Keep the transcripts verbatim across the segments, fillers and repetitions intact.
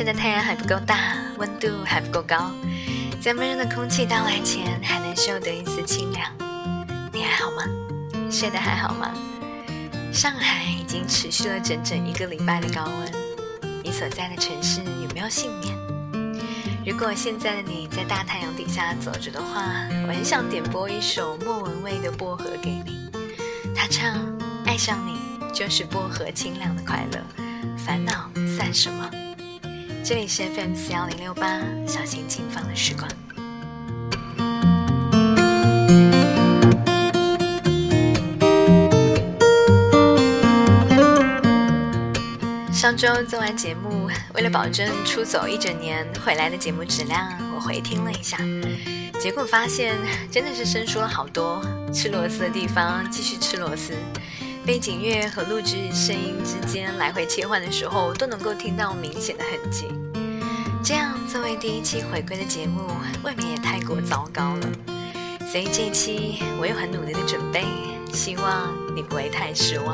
趁着太阳还不够大，温度还不够高，在闷热的空气到来前还能嗅得一丝清凉。你还好吗？睡得还好吗？上海已经持续了整整一个礼拜的高温，你所在的城市有没有幸免？如果现在的你在大太阳底下走着的话，我很想点播一首莫文蔚的《薄荷》给你。他唱：爱上你就是薄荷清凉的快乐，烦恼算什么？这里是 F M 四一零六八，小心轻放的时光。上周做完节目，为了保证出走一整年回来的节目质量，我回听了一下，结果发现真的是生疏了好多，吃螺丝的地方继续吃螺丝，背景乐和录制声音之间来回切换的时候都能够听到明显的痕迹。这样作为第一期回归的节目，未免也太过糟糕了。所以这一期我有很努力的准备，希望你不会太失望。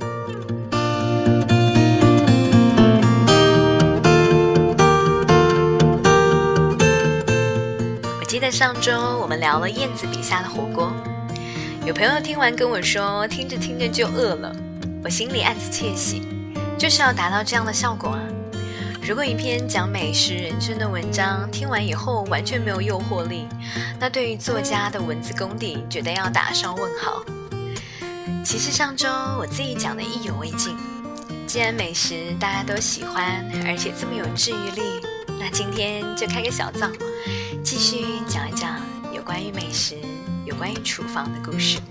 记得上周我们聊了燕子笔下的火锅，有朋友听完跟我说，听着听着就饿了。我心里暗自窃喜，就是要达到这样的效果啊！如果一篇讲美食人生的文章听完以后完全没有诱惑力，那对于作家的文字功底觉得要打上问号。其实上周我自己讲的意犹未尽，既然美食大家都喜欢，而且这么有治愈力，那今天就开个小灶，继续讲一讲有关于美食、有关于厨房的故事。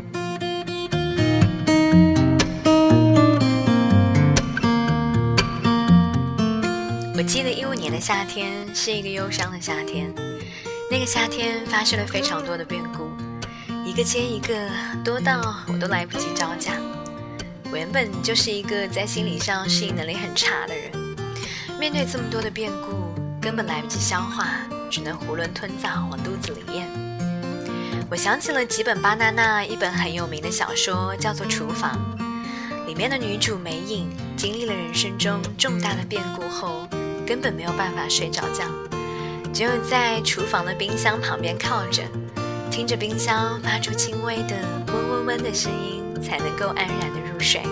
我记得一五年的夏天是一个忧伤的夏天，那个夏天发生了非常多的变故，一个接一个，多到我都来不及招架。我原本就是一个在心理上适应能力很差的人，面对这么多的变故，根本来不及消化，只能囫囵吞枣往肚子里咽。我想起了吉本巴娜娜一本很有名的小说，叫做《厨房》，里面的女主美影经历了人生中重大的变故后，根本没有办法睡着觉，只有在厨房的冰箱旁边靠着，听着冰箱发出轻微的嗡嗡嗡的声音，才能够安然的入睡。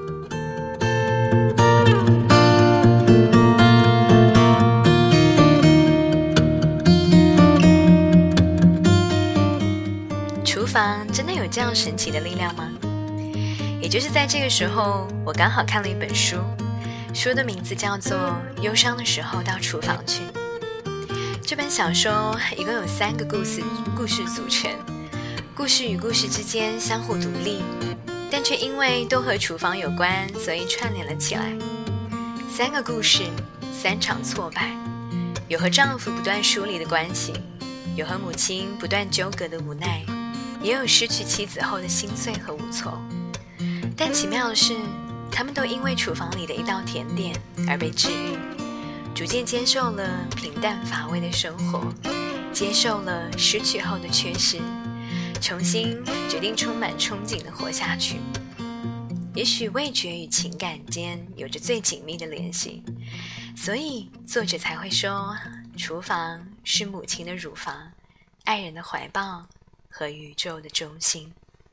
厨房真的有这样神奇的力量吗？也就是在这个时候，我刚好看了一本书，书的名字叫做《忧伤的时候到厨房去》。这本小说一共有三个故事故事组成，故事与故事之间相互独立，但却因为都和厨房有关，所以串联了起来。三个故事，三场挫败，有和丈夫不断疏离的关系，有和母亲不断纠葛的无奈，也有失去妻子后的心碎和无措。但奇妙的是，他们都因为厨房里的一道甜点而被治愈，逐渐接受了平淡乏味的生活，接受了失去后的缺失，重新决定充满憧憬地活下去。也许味觉与情感间有着最紧密的联系，所以作者才会说，厨房是母亲的乳房，爱人的怀抱和宇宙的中心。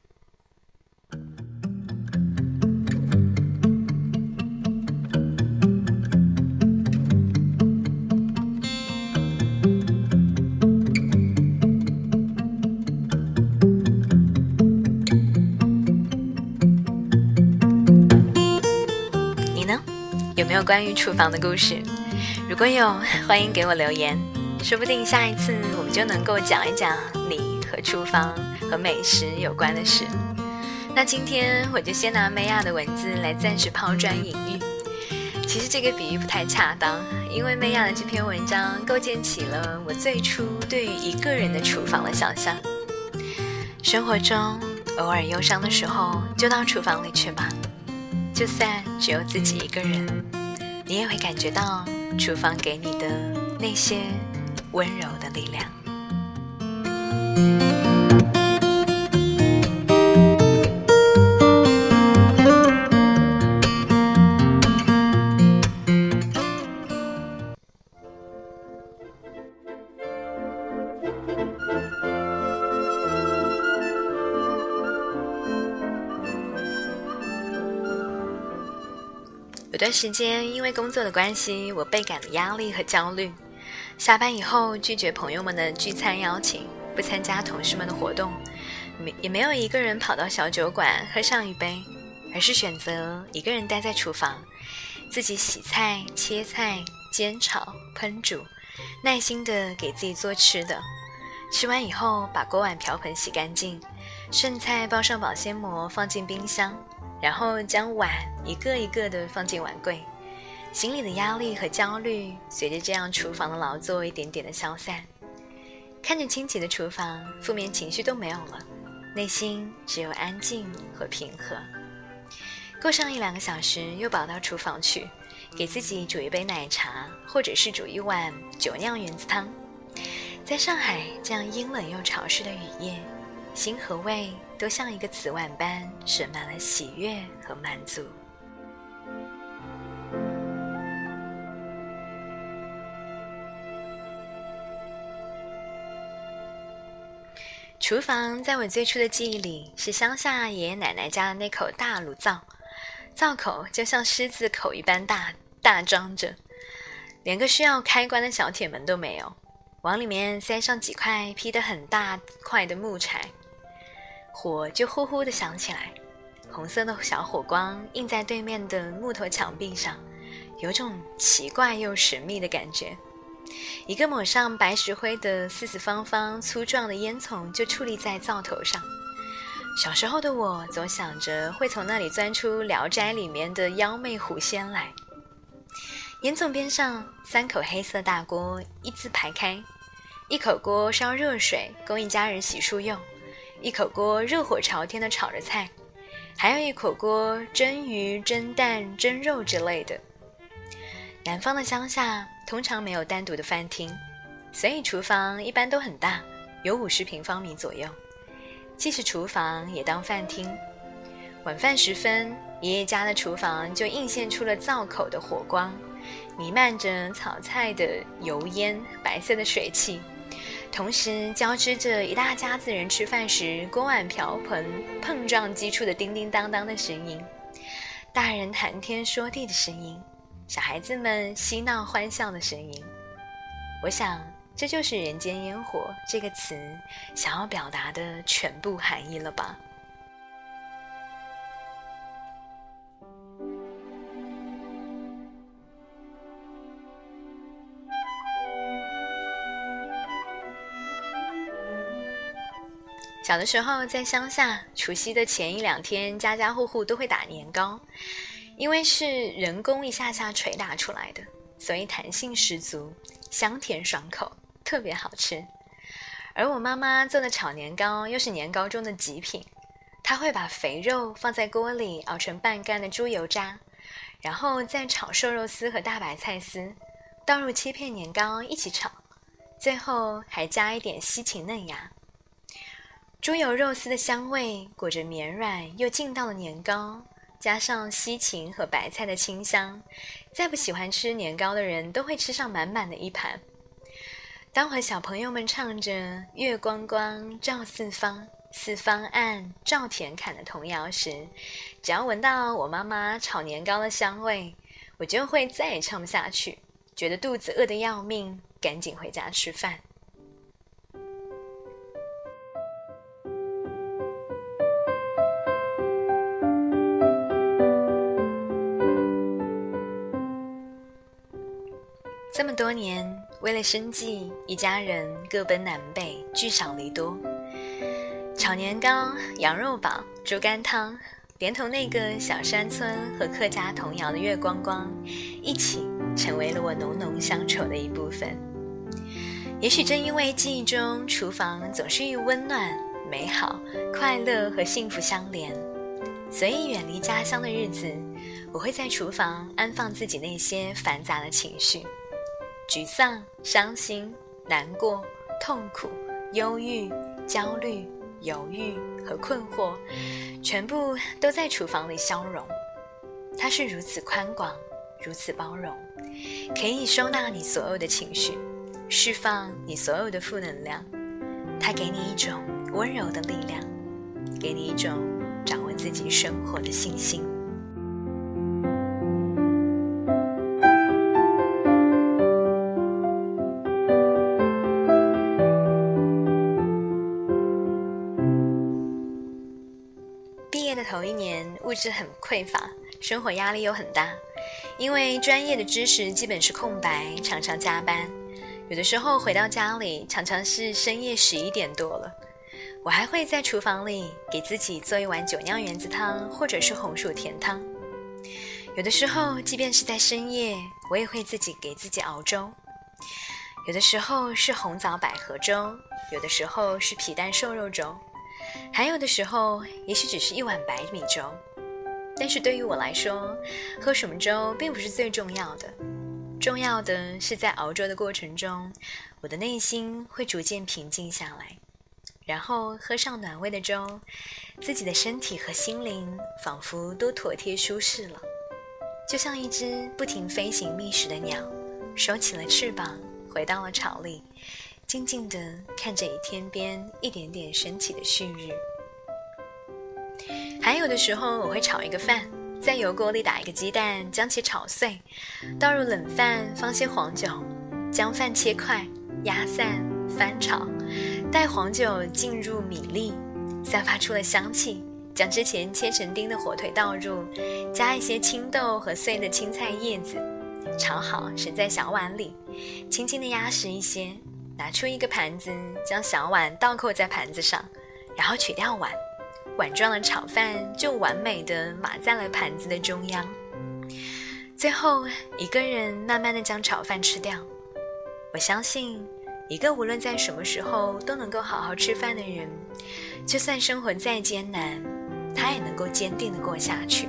有没有关于厨房的故事？如果有，欢迎给我留言，说不定下一次我们就能够讲一讲你和厨房和美食有关的事。那今天我就先拿梅亚的文字来暂时抛砖引玉。其实这个比喻不太恰当，因为梅亚的这篇文章构建起了我最初对于一个人的厨房的想象。生活中偶尔忧伤的时候，就到厨房里去吧，就算只有自己一个人，你也会感觉到厨房给你的那些温柔的力量。 段时间因为工作的关系，我倍感了压力和焦虑。下班以后拒绝朋友们的聚餐邀请，不参加同事们的活动，也没有一个人跑到小酒馆喝上一杯，而是选择一个人待在厨房，自己洗菜、切菜、煎炒、烹煮，耐心地给自己做吃的。吃完以后把锅碗瓢盆洗干净，剩菜包上保鲜膜放进冰箱，然后将碗一个一个地放进碗柜。心里的压力和焦虑随着这样厨房的劳作一点点的消散。看着清洁的厨房，负面情绪都没有了，内心只有安静和平和。过上一两个小时，又跑到厨房去，给自己煮一杯奶茶，或者是煮一碗酒酿圆子汤。在上海这样阴冷又潮湿的雨夜，心和胃都像一个瓷碗般盛满了喜悦和满足。厨房在我最初的记忆里是乡下爷爷奶奶家的那口大炉灶，灶口就像狮子口一般大大张着，连个需要开关的小铁门都没有，往里面塞上几块劈得很大块的木柴，火就呼呼地响起来，红色的小火光映在对面的木头墙壁上，有种奇怪又神秘的感觉。一个抹上白石灰的四四方方粗壮的烟囱就矗立在灶头上。小时候的我总想着会从那里钻出聊斋里面的妖媚狐仙来。烟囱边上三口黑色大锅一字排开，一口锅烧热水供一家人洗漱用，一口锅热火朝天的炒着菜，还有一口锅蒸鱼、蒸蛋、蒸肉之类的。南方的乡下通常没有单独的饭厅，所以厨房一般都很大，有五十平方米左右，既是厨房也当饭厅。晚饭时分，爷爷家的厨房就映现出了灶口的火光，弥漫着炒菜的油烟、白色的水汽，同时交织着一大家子人吃饭时锅碗瓢盆碰撞击出的叮叮当当的声音，大人谈天说地的声音，小孩子们嬉闹欢笑的声音。我想这就是人间烟火这个词想要表达的全部含义了吧。小的时候在乡下，除夕的前一两天家家户户都会打年糕，因为是人工一下下捶打出来的，所以弹性十足，香甜爽口，特别好吃。而我妈妈做的炒年糕又是年糕中的极品，她会把肥肉放在锅里熬成半干的猪油渣，然后再炒瘦肉丝和大白菜丝，倒入切片年糕一起炒，最后还加一点西芹嫩芽。猪油肉丝的香味裹着绵软又劲道的年糕，加上西芹和白菜的清香，再不喜欢吃年糕的人都会吃上满满的一盘。当和小朋友们唱着月光光照四方，四方暗照田坎的童谣时，只要闻到我妈妈炒年糕的香味，我就会再也唱不下去，觉得肚子饿得要命，赶紧回家吃饭。这么多年，为了生计，一家人各奔南北，聚少离多。炒年糕、羊肉煲、猪肝汤，连同那个小山村和客家童谣的月光光，一起成为了我浓浓乡愁的一部分。也许正因为记忆中厨房总是与温暖、美好、快乐和幸福相连，所以远离家乡的日子，我会在厨房安放自己那些繁杂的情绪。沮丧、伤心、难过、痛苦、忧郁、焦虑、犹豫和困惑，全部都在厨房里消融。它是如此宽广，如此包容，可以收纳你所有的情绪，释放你所有的负能量。它给你一种温柔的力量，给你一种掌握自己生活的信心。 年物质很匮乏，生活压力又很大，因为专业的知识基本是空白，常常加班，有的时候回到家里常常是深夜十一点多了。我还会在厨房里给自己做一碗酒酿圆子汤，或者是红薯甜汤。有的时候即便是在深夜，我也会自己给自己熬粥，有的时候是红枣百合粥，有的时候是皮蛋瘦肉粥，还有的时候也许只是一碗白米粥。但是对于我来说，喝什么粥并不是最重要的，重要的是在熬粥的过程中，我的内心会逐渐平静下来，然后喝上暖胃的粥，自己的身体和心灵仿佛都妥帖舒适了，就像一只不停飞行觅食的鸟，收起了翅膀，回到了巢里，静静地看着天边一点点升起的旭日。还有的时候我会炒一个饭，在油锅里打一个鸡蛋，将其炒碎，倒入冷饭，放些黄酒，将饭切块，压散，翻炒，待黄酒进入米粒，散发出了香气，将之前切成丁的火腿倒入，加一些青豆和碎的青菜叶子，炒好盛在小碗里，轻轻地压实一些，拿出一个盘子，将小碗倒扣在盘子上，然后取掉碗，碗状的炒饭就完美地码在了盘子的中央。最后一个人慢慢地将炒饭吃掉。我相信一个无论在什么时候都能够好好吃饭的人，就算生活再艰难，他也能够坚定地过下去。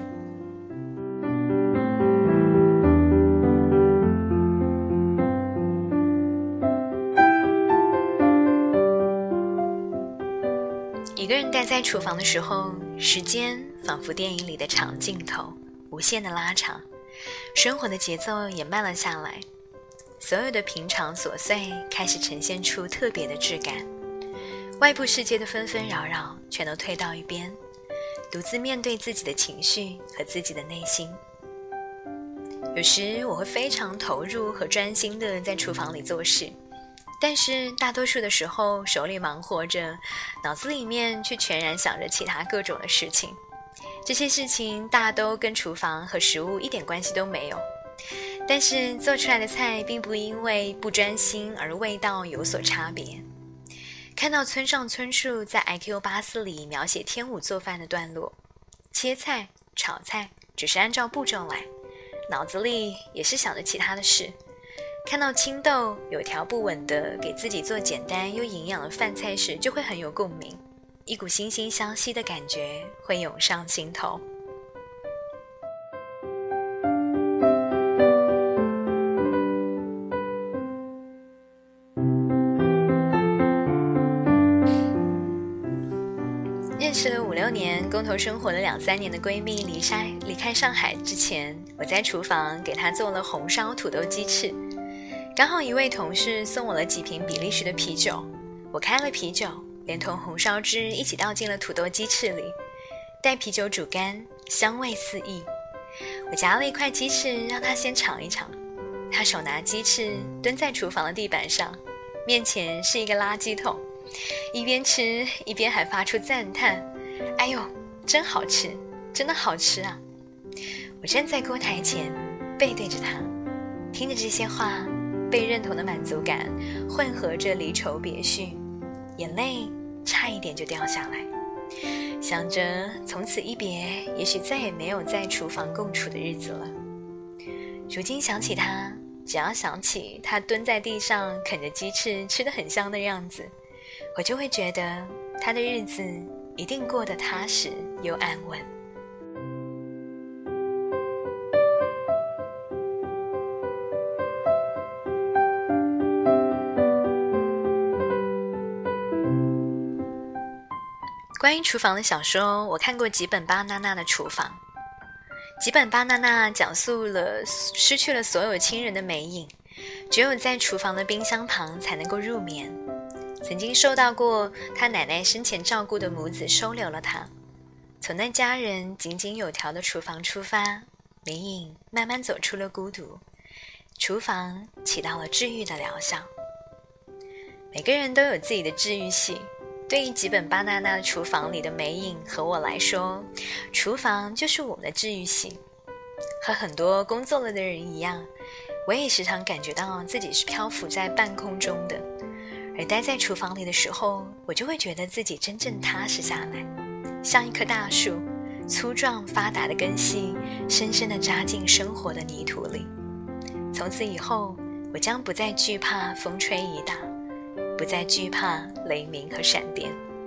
一个人待在厨房的时候，时间仿佛电影里的长镜头，无限的拉长，生活的节奏也慢了下来，所有的平常琐碎开始呈现出特别的质感，外部世界的纷纷扰扰全都推到一边，独自面对自己的情绪和自己的内心。有时我会非常投入和专心地在厨房里做事，但是大多数的时候手里忙活着，脑子里面却全然想着其他各种的事情，这些事情大都跟厨房和食物一点关系都没有，但是做出来的菜并不因为不专心而味道有所差别。看到村上春树在 I Q 八四 里描写天武做饭的段落，切菜炒菜只是按照步骤来，脑子里也是想着其他的事。看到青豆有条不紊地给自己做简单又营养的饭菜时，就会很有共鸣，一股惺惺相惜的感觉会涌上心头。认识了五六年，共同生活了两三年的闺蜜离开离开上海之前，我在厨房给她做了红烧土豆鸡翅。刚好一位同事送我了几瓶比利时的啤酒，我开了啤酒，连同红烧汁一起倒进了土豆鸡翅里，待啤酒煮干，香味四溢。我夹了一块鸡翅让他先尝一尝，他手拿鸡翅蹲在厨房的地板上，面前是一个垃圾桶，一边吃一边还发出赞叹：哎呦，真好吃，真的好吃啊！我站在锅台前，背对着他，听着这些话，被认同的满足感混合着离愁别绪，眼泪差一点就掉下来，想着从此一别，也许再也没有在厨房共处的日子了。如今想起他，只要想起他蹲在地上啃着鸡翅吃得很香的样子，我就会觉得他的日子一定过得踏实又安稳。关于厨房的小说，我看过吉本巴娜娜的厨房。吉本巴娜娜讲述了失去了所有亲人的美影，只有在厨房的冰箱旁才能够入眠。曾经受到过他奶奶生前照顾的母子收留了他，从那家人井井有条的厨房出发，美影慢慢走出了孤独，厨房起到了治愈的疗效。每个人都有自己的治愈系， 对于几本巴娜娜厨房里的美影和我来说，厨房就是我的治愈系。和很多工作了的人一样，我也时常感觉到自己是漂浮在半空中的，而待在厨房里的时候，我就会觉得自己真正踏实下来，像一棵大树，粗壮发达的根系深深地扎进生活的泥土里。从此以后，我将不再惧怕风吹雨打，不再惧怕雷鸣和闪电。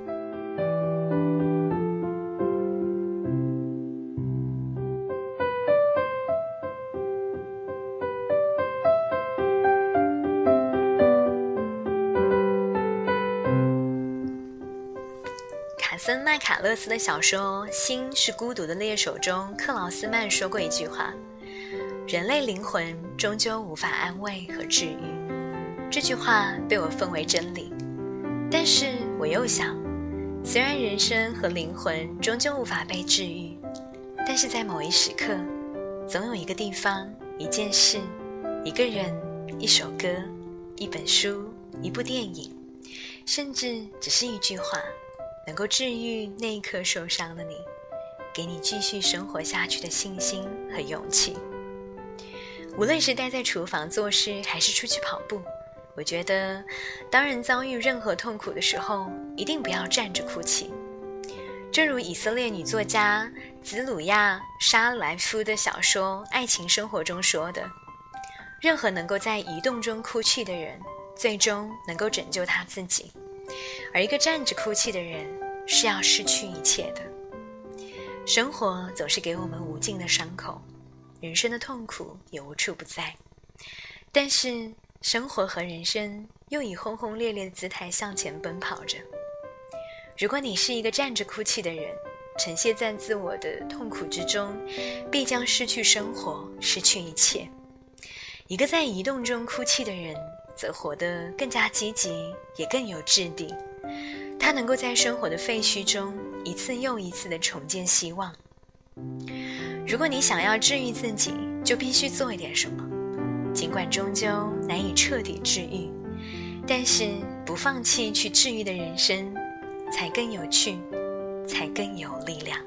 卡森麦卡勒斯的小说《心是孤独的猎手》中，克劳斯曼说过一句话：人类灵魂终究无法安慰和治愈。这句话被我奉为真理，但是我又想，虽然人生和灵魂终究无法被治愈，但是在某一时刻，总有一个地方、一件事、一个人、一首歌、一本书、一部电影，甚至只是一句话，能够治愈那一刻受伤的你，给你继续生活下去的信心和勇气。无论是待在厨房做事，还是出去跑步，我觉得当人遭遇任何痛苦的时候，一定不要站着哭泣。正如以色列女作家子鲁亚·沙莱夫的小说《爱情生活》中说的，任何能够在移动中哭泣的人，最终能够拯救他自己，而一个站着哭泣的人是要失去一切的。生活总是给我们无尽的伤口，人生的痛苦也无处不在，但是生活和人生又以轰轰烈烈的姿态向前奔跑着。如果你是一个站着哭泣的人，沉陷在自我的痛苦之中，必将失去生活，失去一切。一个在移动中哭泣的人，则活得更加积极，也更有质地。他能够在生活的废墟中一次又一次地重建希望。如果你想要治愈自己，就必须做一点什么，尽管终究难以彻底治愈，但是不放弃去治愈的人生，才更有趣，才更有力量。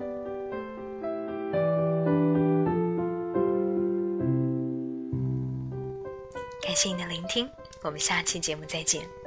感谢你的聆听，我们下期节目再见。